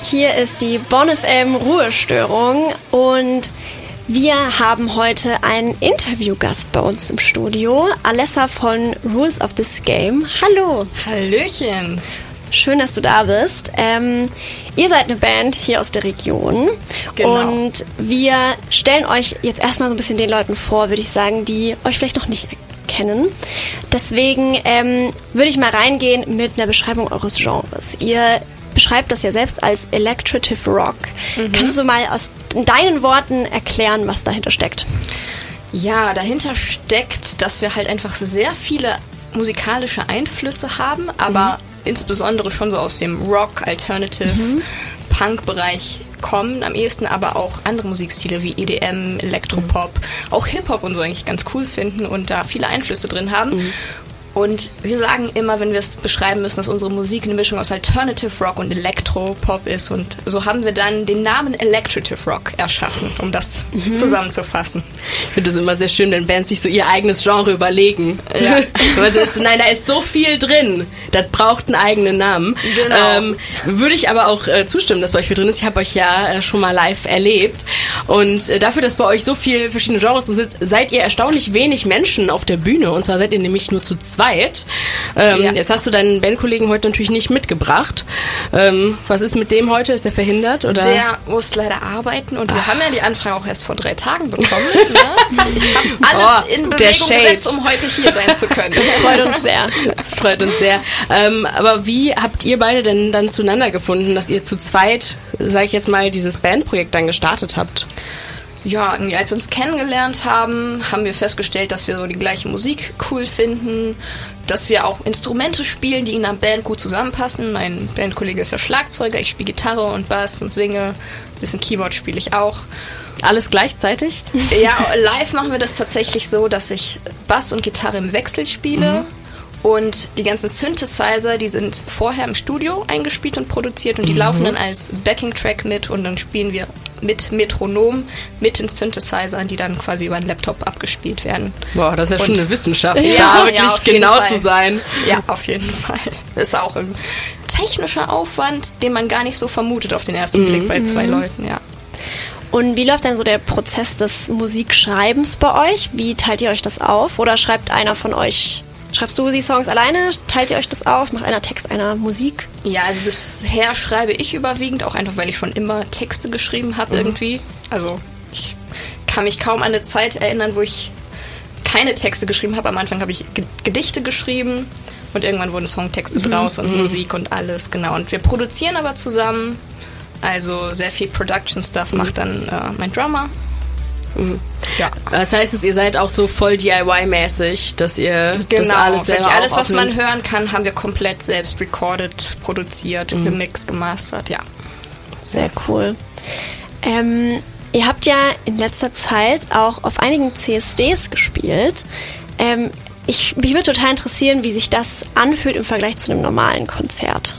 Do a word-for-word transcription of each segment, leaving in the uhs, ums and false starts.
Hier ist die Bonn F M Ruhestörung und wir haben heute einen Interviewgast bei uns im Studio, Alessa von Rules of This Game. Hallo. Hallöchen. Schön, dass du da bist. Ähm, ihr seid eine Band hier aus der Region. Genau. Und wir stellen euch jetzt erstmal so ein bisschen den Leuten vor, würde ich sagen, die euch vielleicht noch nicht kennen. Deswegen ähm, würde ich mal reingehen mit einer Beschreibung eures Genres. Ihr beschreibt das ja selbst als Electritive Rock. Mhm. Kannst du mal aus deinen Worten erklären, was dahinter steckt? Ja, dahinter steckt, dass wir halt einfach sehr viele musikalische Einflüsse haben, aber mhm. insbesondere schon so aus dem Rock, Alternative, mhm. Punk-Bereich kommen, am ehesten aber auch andere Musikstile wie E D M, Elektropop, mhm. auch Hip-Hop und so eigentlich ganz cool finden und da viele Einflüsse drin haben. Mhm. Und wir sagen immer, wenn wir es beschreiben müssen, dass unsere Musik eine Mischung aus Alternative Rock und Elektropop ist. Und so haben wir dann den Namen Electritive Rock erschaffen, um das mhm. zusammenzufassen. Ich finde das immer sehr schön, wenn Bands sich so ihr eigenes Genre überlegen. Ja. Also ist, nein, da ist so viel drin. Das braucht einen eigenen Namen. Genau. Ähm, würde ich aber auch äh, zustimmen, dass bei euch viel drin ist. Ich habe euch ja äh, schon mal live erlebt. Und äh, dafür, dass bei euch so viele verschiedene Genres sind, seid ihr erstaunlich wenig Menschen auf der Bühne. Und zwar seid ihr nämlich nur zu zweit. Ähm, ja. Jetzt hast du deinen Bandkollegen heute natürlich nicht mitgebracht. Ähm, was ist mit dem heute? Ist er verhindert? Oder? Der muss leider arbeiten und wir Ach. haben ja die Anfrage auch erst vor drei Tagen bekommen. Ne? Ich habe alles oh, in Bewegung gesetzt, um heute hier sein zu können. Das freut uns sehr. Das freut uns sehr. Ähm, aber wie habt ihr beide denn dann zueinander gefunden, dass ihr zu zweit, sag ich jetzt mal, dieses Bandprojekt dann gestartet habt? Ja, irgendwie als wir uns kennengelernt haben, haben wir festgestellt, dass wir so die gleiche Musik cool finden, dass wir auch Instrumente spielen, die in einer Band gut zusammenpassen. Mein Bandkollege ist ja Schlagzeuger, ich spiele Gitarre und Bass und singe, ein bisschen Keyboard spiele ich auch. Alles gleichzeitig? Ja, live machen wir das tatsächlich so, dass ich Bass und Gitarre im Wechsel spiele. Mhm. Und die ganzen Synthesizer, die sind vorher im Studio eingespielt und produziert und die mhm. laufen dann als Backing-Track mit und dann spielen wir mit Metronom, mit den Synthesizern, die dann quasi über den Laptop abgespielt werden. Boah, das ist ja und schon eine Wissenschaft, ja, da wirklich ja, genau zu sein. Ja, auf jeden Fall. Das ist auch ein technischer Aufwand, den man gar nicht so vermutet auf den ersten mhm. Blick bei zwei Leuten, ja. Und wie läuft dann so der Prozess des Musikschreibens bei euch? Wie teilt ihr euch das auf? Oder schreibt einer von euch... Schreibst du die Songs alleine? Teilt ihr euch das auf? Macht einer Text, einer Musik? Ja, also bisher schreibe ich überwiegend, auch einfach, weil ich schon immer Texte geschrieben habe mhm. irgendwie. Also ich kann mich kaum an eine Zeit erinnern, wo ich keine Texte geschrieben habe. Am Anfang habe ich G- Gedichte geschrieben und irgendwann wurden Songtexte mhm. draus und mhm. Musik und alles, genau. Und wir produzieren aber zusammen, also sehr viel Production-Stuff mhm. macht dann äh, mein Drummer. Mhm. Ja. Das heißt, dass ihr seid auch so voll D I Y-mäßig, dass ihr genau, das alles selber alles, alles was aufnimmt. man hören kann, haben wir komplett selbst recorded, produziert, mhm. gemixt, gemastert, ja. Sehr cool. Ähm, ihr habt ja in letzter Zeit auch auf einigen C S Ds gespielt. Ähm, ich, mich würde total interessieren, wie sich das anfühlt im Vergleich zu einem normalen Konzert.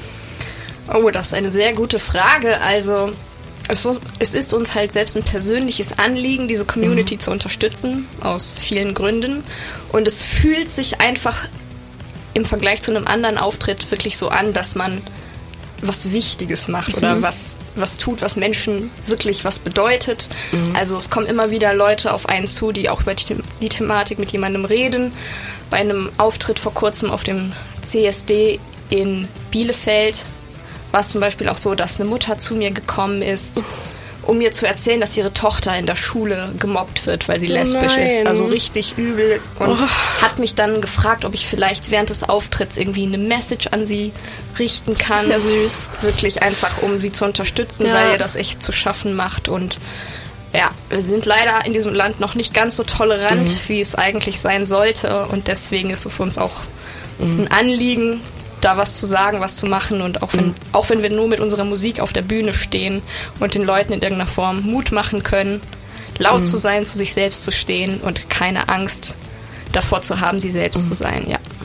Oh, das ist eine sehr gute Frage. Also Es, es ist uns halt selbst ein persönliches Anliegen, diese Community mhm. zu unterstützen, aus vielen Gründen. Und es fühlt sich einfach im Vergleich zu einem anderen Auftritt wirklich so an, dass man was Wichtiges macht mhm. oder was, was tut, was Menschen wirklich was bedeutet. Mhm. Also es kommen immer wieder Leute auf einen zu, die auch über die, die Thematik mit jemandem reden. Bei einem Auftritt vor kurzem auf dem C S D in Bielefeld war es zum Beispiel auch so, dass eine Mutter zu mir gekommen ist, um mir zu erzählen, dass ihre Tochter in der Schule gemobbt wird, weil sie oh lesbisch nein. ist. Also richtig übel. Und oh. hat mich dann gefragt, ob ich vielleicht während des Auftritts irgendwie eine Message an sie richten kann. Das ist ja süß. Wirklich einfach, um sie zu unterstützen, ja. weil ihr das echt zu schaffen macht. Und ja, wir sind leider in diesem Land noch nicht ganz so tolerant, mhm. wie es eigentlich sein sollte. Und deswegen ist es uns auch mhm. ein Anliegen, da was zu sagen, was zu machen und auch wenn, mhm. auch wenn wir nur mit unserer Musik auf der Bühne stehen und den Leuten in irgendeiner Form Mut machen können, laut mhm. zu sein, zu sich selbst zu stehen und keine Angst davor zu haben, sie selbst mhm. zu sein, ja.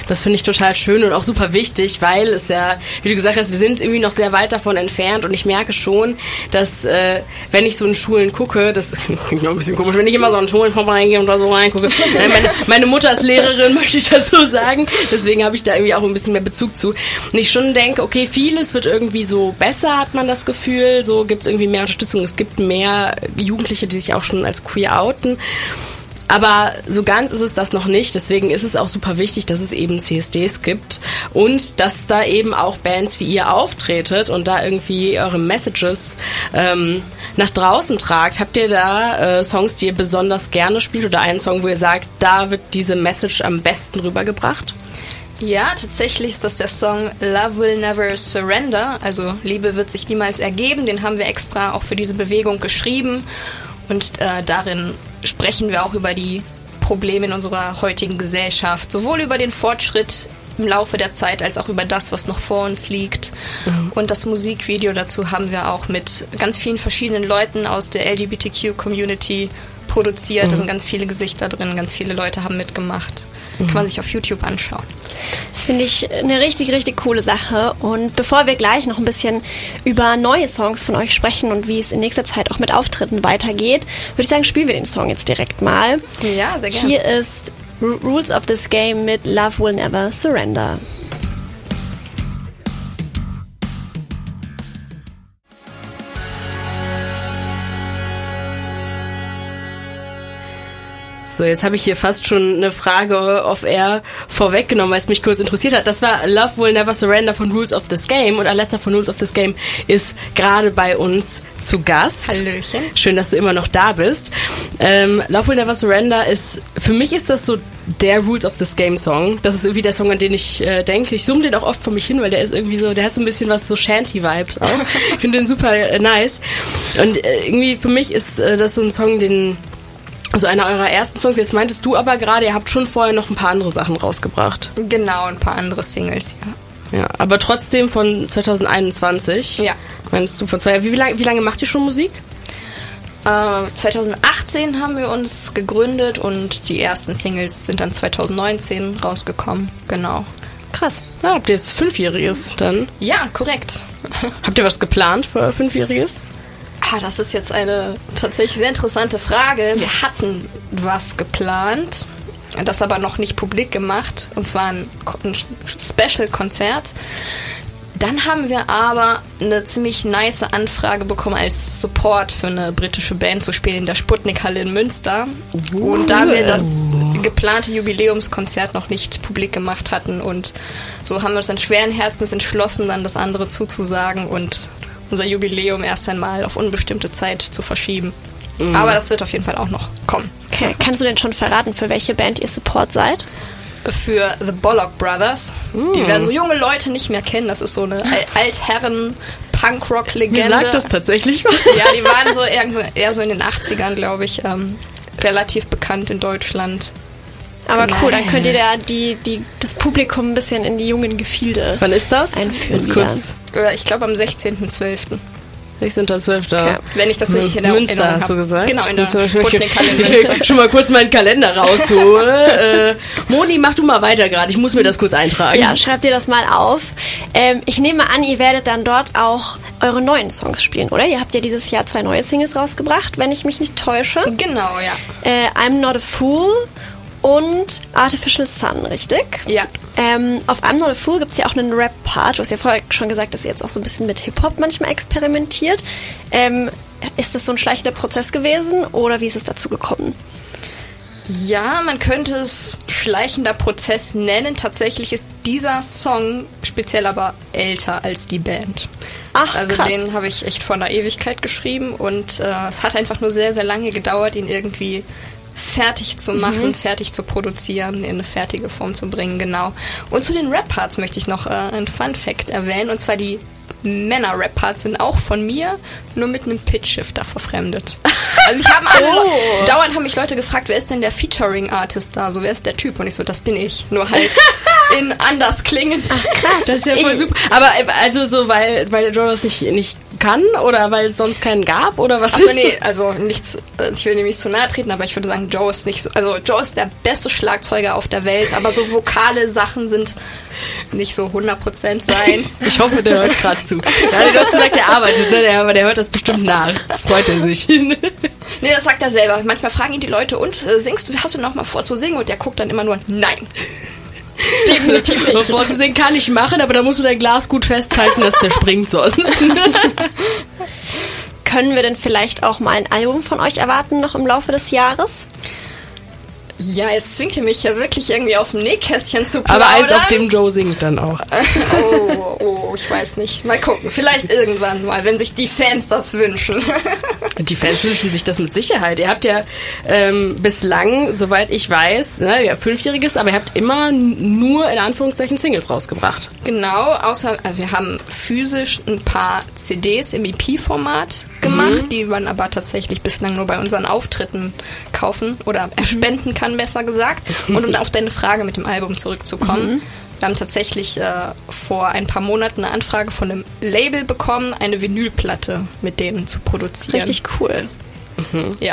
Das finde ich total schön und auch super wichtig, weil es ja, wie du gesagt hast, wir sind irgendwie noch sehr weit davon entfernt und ich merke schon, dass äh, wenn ich so in Schulen gucke, das klingt noch ein bisschen komisch, wenn ich immer so in Schulen vorbeigehe und da so reingucke. meine, meine Mutter ist Lehrerin, möchte ich das so sagen, deswegen habe ich da irgendwie auch ein bisschen mehr Bezug zu. Und ich schon denke, okay, vieles wird irgendwie so besser, hat man das Gefühl, so gibt es irgendwie mehr Unterstützung, es gibt mehr Jugendliche, die sich auch schon als queer outen. Aber so ganz ist es das noch nicht, deswegen ist es auch super wichtig, dass es eben C S Ds gibt und dass da eben auch Bands wie ihr auftretet und da irgendwie eure Messages ähm, nach draußen tragt. Habt ihr da äh, Songs, die ihr besonders gerne spielt oder einen Song, wo ihr sagt, da wird diese Message am besten rübergebracht? Ja, tatsächlich ist das der Song Love Will Never Surrender, also Liebe wird sich niemals ergeben. Den haben wir extra auch für diese Bewegung geschrieben und äh, darin sprechen wir auch über die Probleme in unserer heutigen Gesellschaft, sowohl über den Fortschritt im Laufe der Zeit als auch über das, was noch vor uns liegt. Mhm. Und das Musikvideo dazu haben wir auch mit ganz vielen verschiedenen Leuten aus der L G B T Q-Community produziert. Mhm. Da sind ganz viele Gesichter drin, ganz viele Leute haben mitgemacht. Mhm. Kann man sich auf YouTube anschauen. Finde ich eine richtig, richtig coole Sache. Und bevor wir gleich noch ein bisschen über neue Songs von euch sprechen und wie es in nächster Zeit auch mit Auftritten weitergeht, würde ich sagen, spielen wir den Song jetzt direkt mal. Ja, sehr gerne. Hier ist Rules of this Game mit Love Will Never Surrender. So, jetzt habe ich hier fast schon eine Frage off-air vorweggenommen, weil es mich kurz interessiert hat. Das war Love Will Never Surrender von Rules of this Game und Alessa von Rules of this Game ist gerade bei uns zu Gast. Hallöchen. Schön, dass du immer noch da bist. Ähm, Love Will Never Surrender ist, für mich ist das so der Rules of this Game Song. Das ist irgendwie der Song, an den ich äh, denke. Ich summe den auch oft vor mich hin, weil der ist irgendwie so, der hat so ein bisschen was so Shanty-Vibes auch. Ich finde den super äh, nice. Und äh, irgendwie für mich ist äh, das so ein Song, den also einer eurer ersten Songs, jetzt meintest du aber gerade, ihr habt schon vorher noch ein paar andere Sachen rausgebrabt. Genau, ein paar andere Singles, ja. Ja, aber trotzdem von zwanzig einundzwanzig. Ja. Meinst du von zwei Jahren? Wie, wie, lange, wie lange macht ihr schon Musik? Äh, zwanzig achtzehn haben wir uns gegründet und die ersten Singles sind dann zwanzig neunzehn rausgekommen, genau. Krass. Ja, habt ihr jetzt Fünfjähriges dann? Ja, korrekt. Habt ihr was geplant für Fünfjähriges? Ah, das ist jetzt eine tatsächlich sehr interessante Frage. Wir hatten was geplant, das aber noch nicht publik gemacht, und zwar ein, ein Special-Konzert. Dann haben wir aber eine ziemlich nice Anfrage bekommen, als Support für eine britische Band zu spielen in der Sputnik-Halle in Münster. Uh, und da wir das geplante Jubiläumskonzert noch nicht publik gemacht hatten und so haben wir uns dann schweren Herzens entschlossen, dann das andere zuzusagen und unser Jubiläum erst einmal auf unbestimmte Zeit zu verschieben. Mhm. Aber das wird auf jeden Fall auch noch kommen. Okay, kannst du denn schon verraten, für welche Band ihr Support seid? Für The Bollock Brothers. Mhm. Die werden so junge Leute nicht mehr kennen. Das ist so eine Altherren-Punkrock-Legende. Mir sagt das tatsächlich was. Ja, die waren so eher, eher so in den achtzigern, glaube ich, ähm, relativ bekannt in Deutschland. Aber genau. Cool, dann könnt ihr da die, die, das Publikum ein bisschen in die jungen Gefilde Wann ist das? einführen. Kurz. Ich glaube am sechzehnten zwölften sechzehnten zwölften Okay. Wenn ich das richtig in der Münster, Erinnerung habe. hast du gesagt? Genau, in der Sputnik-Halle in Münster. Ich schon mal kurz meinen Kalender raushole. äh, Moni, mach du mal weiter gerade. Ich muss mir das kurz eintragen. Ja, schreibt ihr das mal auf. Ähm, ich nehme an, ihr werdet dann dort auch eure neuen Songs spielen, oder? Ihr habt ja dieses Jahr zwei neue Singles rausgebracht, wenn ich mich nicht täusche. Genau, ja. Äh, I'm Not a Fool und Artificial Sun, richtig? Ja. Ähm, auf I'm Not a Fool gibt es ja auch einen Rap-Part. Du hast ja vorher schon gesagt, dass ihr jetzt auch so ein bisschen mit Hip-Hop manchmal experimentiert. Ähm, ist das so ein schleichender Prozess gewesen oder wie ist es dazu gekommen? Ja, man könnte es schleichender Prozess nennen. Tatsächlich ist dieser Song speziell aber älter als die Band. Ach, also krass. Den habe ich echt vor einer Ewigkeit geschrieben und äh, es hat einfach nur sehr, sehr lange gedauert, ihn irgendwie fertig zu machen, mhm. fertig zu produzieren, in eine fertige Form zu bringen, genau. Und zu den Rap-Parts möchte ich noch äh, einen Fun-Fact erwähnen, und zwar die Männer-Rap-Parts sind auch von mir, nur mit einem Pitch-Shifter verfremdet. Also mich haben alle, Oh. dauernd haben mich Leute gefragt, wer ist denn der Featuring-Artist da? So, wer ist der Typ? Und ich so, das bin ich. Nur halt in anders klingend. Krass. Das ist ja voll Ich- super. Aber äh, also so, weil, weil der Joe das nicht, nicht kann oder weil es sonst keinen gab oder was Achso, ist nee, also nichts, äh, ich will nämlich zu nahe treten, aber ich würde sagen, Joe ist nicht so, also Joe ist der beste Schlagzeuger auf der Welt, aber so vokale Sachen sind nicht so hundert Prozent seins. Ich hoffe, der hört gerade zu. Ja, du hast gesagt, der arbeitet, ne? Der, aber der hört das bestimmt nach. Freut er sich. Nee, das sagt er selber. Manchmal fragen ihn die Leute, und äh, singst du, hast du noch mal vor zu singen? Und der guckt dann immer nur, nein. Definitiv nicht. Vorzusehen kann ich machen, aber da musst du dein Glas gut festhalten, dass der springt sonst. Können wir denn vielleicht auch mal ein Album von euch erwarten, noch im Laufe des Jahres? Ja, jetzt zwingt ihr mich ja wirklich irgendwie aus dem Nähkästchen zu plaudern. Aber eins, auf dem Joe singt dann auch. Oh, oh, ich weiß nicht. Mal gucken. Vielleicht irgendwann mal, wenn sich die Fans das wünschen. Die Fans wünschen sich das mit Sicherheit. Ihr habt ja ähm, bislang, soweit ich weiß, ne, ihr habt Fünfjähriges, aber ihr habt immer n- nur in Anführungszeichen Singles rausgebracht. Genau, außer, also wir haben physisch ein paar C Ds im E P-Format gemacht, die man aber tatsächlich bislang nur bei unseren Auftritten kaufen oder erspenden kann, besser gesagt. Und um auf deine Frage mit dem Album zurückzukommen, wir haben tatsächlich äh, vor ein paar Monaten eine Anfrage von einem Label bekommen, eine Vinylplatte mit denen zu produzieren. Richtig cool. Ja.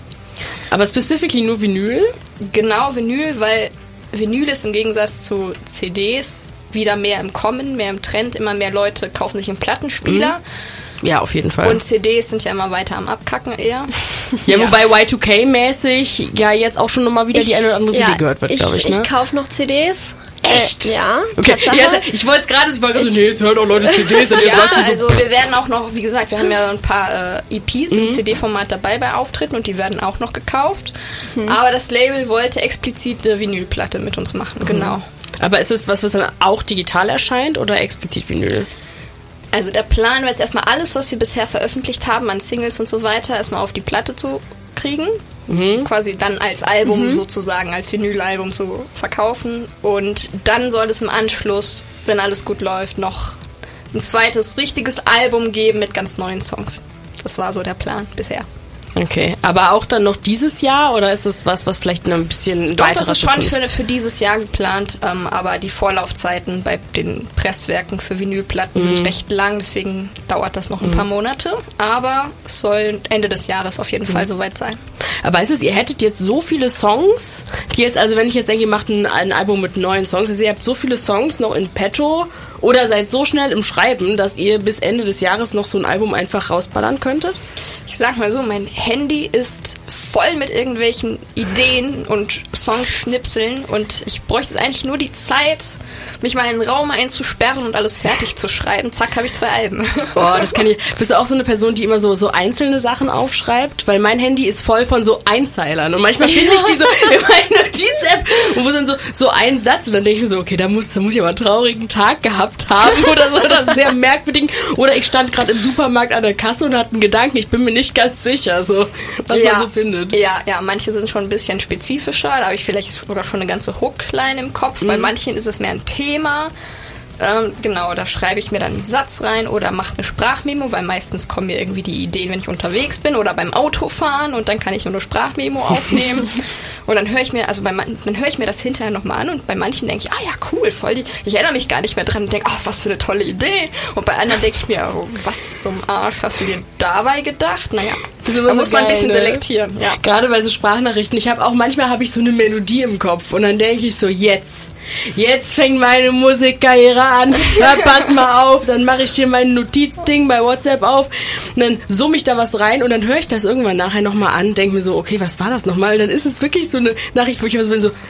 Aber specifically nur Vinyl? Genau, Vinyl, weil Vinyl ist im Gegensatz zu C Ds wieder mehr im Kommen, mehr im Trend. Immer mehr Leute kaufen sich einen Plattenspieler. Ja, auf jeden Fall. Und C Ds sind ja immer weiter am Abkacken eher. ja, wobei Y zwei K-mäßig ja jetzt auch schon nochmal wieder die eine oder andere C D gehört wird, ich, glaube ich, ne? Ich kaufe noch C Ds. Echt? Äh, ja. Okay, Tatsache. ja, ich wollte es gerade, ich wollte gerade so, nee, es hören auch Leute C Ds. Und jetzt Ja, weißt du so, also wir werden auch noch, wie gesagt, wir haben ja ein paar äh, E Ps im C D-Format dabei bei Auftritten und die werden auch noch gekauft. Aber das Label wollte explizit eine Vinylplatte mit uns machen, genau. aber ist es was, was dann auch digital erscheint oder explizit Vinyl? Also der Plan war jetzt erstmal alles, was wir bisher veröffentlicht haben an Singles und so weiter, erstmal auf die Platte zu kriegen. Quasi dann als Album sozusagen, als Vinylalbum zu verkaufen. Und dann soll es im Anschluss, wenn alles gut läuft, noch ein zweites richtiges Album geben mit ganz neuen Songs. Das war so der Plan bisher. Okay, aber auch dann noch dieses Jahr oder ist das was, was vielleicht ein bisschen Doch, weiterer das ist schon Zukunft? für, für dieses Jahr geplant, ähm, aber die Vorlaufzeiten bei den Presswerken für Vinylplatten sind recht lang, deswegen dauert das noch ein paar Monate. Aber es soll Ende des Jahres auf jeden Fall soweit sein. Aber ist es, ihr hättet jetzt so viele Songs, die jetzt, also wenn ich jetzt denke, ihr macht ein, ein Album mit neuen Songs, also ihr habt so viele Songs noch in petto oder seid so schnell im Schreiben, dass ihr bis Ende des Jahres noch so ein Album einfach rausballern könntet? Ich sag mal so, mein Handy ist voll mit irgendwelchen Ideen und Songschnipseln und ich bräuchte jetzt eigentlich nur die Zeit, mich mal in einen Raum einzusperren und alles fertig zu schreiben. Zack, habe ich zwei Alben. Boah, das kann ich. Bist du auch so eine Person, die immer so, so einzelne Sachen aufschreibt? Weil mein Handy ist voll von so Einzeilern und manchmal finde ich die so in meiner Notiz-App und wo dann so, so ein Satz und dann denke ich mir so, okay, da muss, da muss ich aber einen traurigen Tag gehabt haben oder so, oder sehr merkwürdig. Oder ich stand gerade im Supermarkt an der Kasse und hatte einen Gedanken, ich bin mir nicht ganz sicher, so, was ja, man so findet. Ja, ja, manche sind schon ein bisschen spezifischer, da habe ich vielleicht sogar schon eine ganze Hookline im Kopf. Bei manchen ist es mehr ein Thema. Ähm, genau, da schreibe ich mir dann einen Satz rein oder mache eine Sprachmemo, weil meistens kommen mir irgendwie die Ideen, wenn ich unterwegs bin oder beim Autofahren und dann kann ich nur eine Sprachmemo aufnehmen. Und dann höre ich mir, also bei man, dann höre ich mir das hinterher nochmal an und bei manchen denke ich, ah ja, cool, voll die, ich erinnere mich gar nicht mehr dran und denke, ach, was für eine tolle Idee. Und bei anderen denke ich mir, oh, was zum Arsch hast du dir dabei gedacht? Naja, Das ist immer da so muss man ein geil, bisschen ne? selektieren, ja. Gerade bei so Sprachnachrichten. Ich habe auch manchmal habe ich so eine Melodie im Kopf und dann denke ich so, jetzt, jetzt fängt meine Musikkarriere an. Na, pass mal auf, dann mache ich hier mein Notizding bei WhatsApp auf und dann summe ich da was rein und dann höre ich das irgendwann nachher nochmal an, denke mir so, okay, was war das nochmal? Und dann ist es wirklich so eine Nachricht, wo ich immer so bin, so,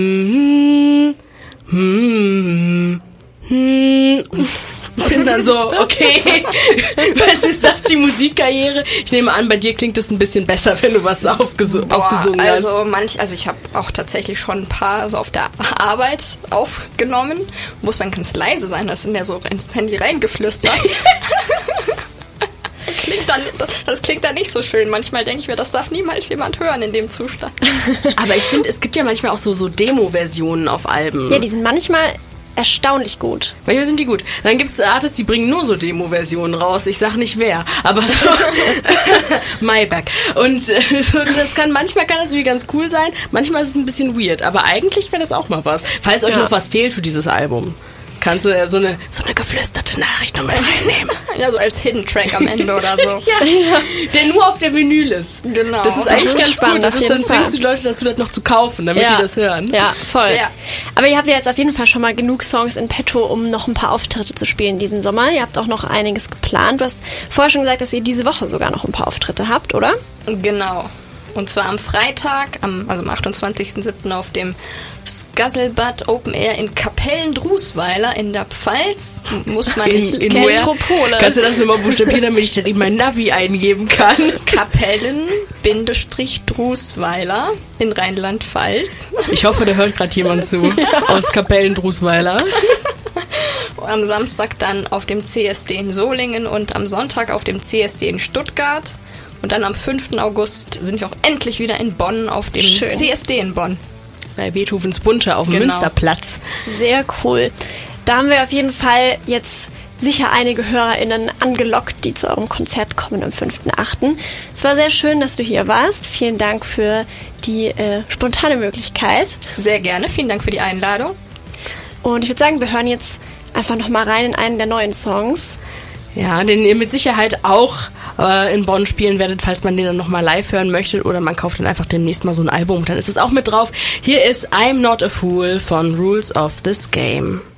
hm, hm, hm, und bin dann so, okay, was ist das, die Musikkarriere? Ich nehme an, bei dir klingt es ein bisschen besser, wenn du was aufgesu- Boah, aufgesungen hast. also manch, also ich habe auch tatsächlich schon ein paar so auf der Arbeit aufgenommen. Muss dann ganz leise sein, das ist mir so ins Handy reingeflüstert. klingt dann, das klingt dann nicht so schön. Manchmal denke ich mir, das darf niemals jemand hören in dem Zustand. Aber ich finde, es gibt ja manchmal auch so, so Demo-Versionen auf Alben. Ja, die sind manchmal erstaunlich gut. Manchmal sind die gut. Dann gibt es Artists, die bringen nur so Demo-Versionen raus. Ich sag nicht wer, aber so Maybach. Und äh, so, das kann manchmal kann das irgendwie ganz cool sein, manchmal ist es ein bisschen weird, aber eigentlich wäre das auch mal was. Falls euch Ja. noch was fehlt für dieses Album, kannst du ja so eine, so eine geflüsterte Nachricht noch mit reinnehmen. Ja, so als Hidden Track am Ende oder so. ja. Der nur auf der Vinyl ist. Genau. Das ist eigentlich Das ist ganz spannend, gut. Das auf ist, dann jeden Fall. zwingst du die Leute dazu, das noch zu kaufen, damit Ja. die das hören. Ja, voll. Ja. Aber ihr habt ja jetzt auf jeden Fall schon mal genug Songs in petto, um noch ein paar Auftritte zu spielen diesen Sommer. Ihr habt auch noch einiges geplant. Du hast vorher schon gesagt, dass ihr diese Woche sogar noch ein paar Auftritte habt, oder? Genau. Und zwar am Freitag, am, also am achtundzwanzigsten siebten auf dem Skasselbad Open Air in Kapellen-Drusweiler in der Pfalz. Muss man nicht in kennen. where? Metropole. Kannst du das nochmal buchstabieren, damit ich dann in mein Navi eingeben kann? Kapellen-Drusweiler in Rheinland-Pfalz. Ich hoffe, da hört gerade jemand zu. Aus Kapellen-Drusweiler. Am Samstag dann auf dem C S D in Solingen und am Sonntag auf dem C S D in Stuttgart. Und dann am fünften August sind wir auch endlich wieder in Bonn auf dem Schön. C S D in Bonn. Bei Beethovens Bunte auf dem Genau. Münsterplatz. Sehr cool. Da haben wir auf jeden Fall jetzt sicher einige HörerInnen angelockt, die zu eurem Konzert kommen am fünften achten Es war sehr schön, dass du hier warst. Vielen Dank für die äh, spontane Möglichkeit. Sehr gerne. Vielen Dank für die Einladung. Und ich würde sagen, wir hören jetzt einfach nochmal rein in einen der neuen Songs. Ja, den ihr mit Sicherheit auch äh, in Bonn spielen werdet, falls man den dann nochmal live hören möchte. Oder man kauft dann einfach demnächst mal so ein Album und dann ist es auch mit drauf. Hier ist I'm Not a Fool von Rules of This Game.